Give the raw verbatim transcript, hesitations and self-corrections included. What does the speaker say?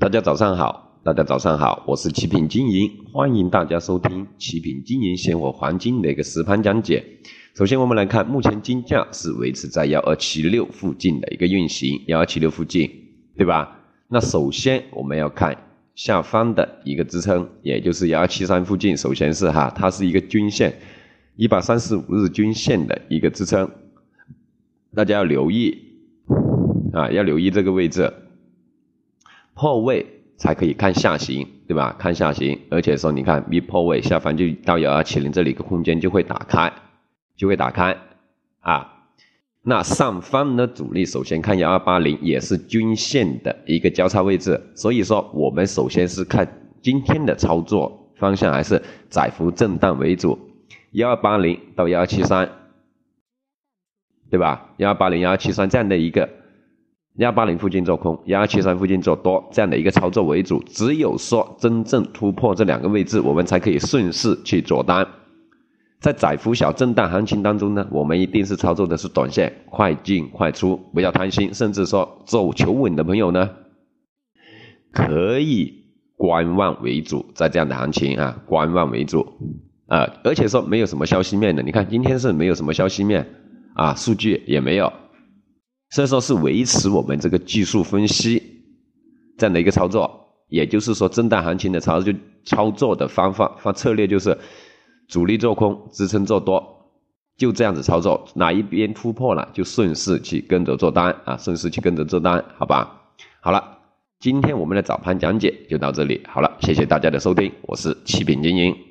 大家早上好，大家早上好，我是奇品经营，欢迎大家收听奇品经营现货黄金的一个实盘讲解。首先我们来看，目前金价是维持在一二七六附近的一个运行，一二七六附近，对吧？那首先我们要看下方的一个支撑，也就是一二七三附近，首先是哈，它是一个均线，一百三十五日均线的一个支撑，大家要留意啊，要留意这个位置。破位才可以看下行，对吧？看下行，而且说你看一破位，下方就到一二七零这里一个空间就会打开，就会打开啊。那上方的阻力首先看一二八零，也是均线的一个交叉位置，所以说我们首先是看今天的操作方向还是窄幅震荡为主，一二八零到一二七三，对吧？一二八零、一二七三这样的一个。一二八零附近做空，一二七三附近做多，这样的一个操作为主。只有说真正突破这两个位置，我们才可以顺势去做单。在窄幅小震荡行情当中呢，我们一定是操作的是短线，快进快出，不要贪心。甚至说做求稳的朋友呢，可以观望为主。在这样的行情啊，观望为主啊，而且说没有什么消息面的。你看今天是没有什么消息面啊，数据也没有。所以说是维持我们这个技术分析这样的一个操作，也就是说震荡行情的操作操作的方法方策略就是主力做空，支撑做多，就这样子操作，哪一边突破了就顺势去跟着做单啊，顺势去跟着做单，好吧？好了，今天我们的早盘讲解就到这里，好了，谢谢大家的收听，我是奇品经营。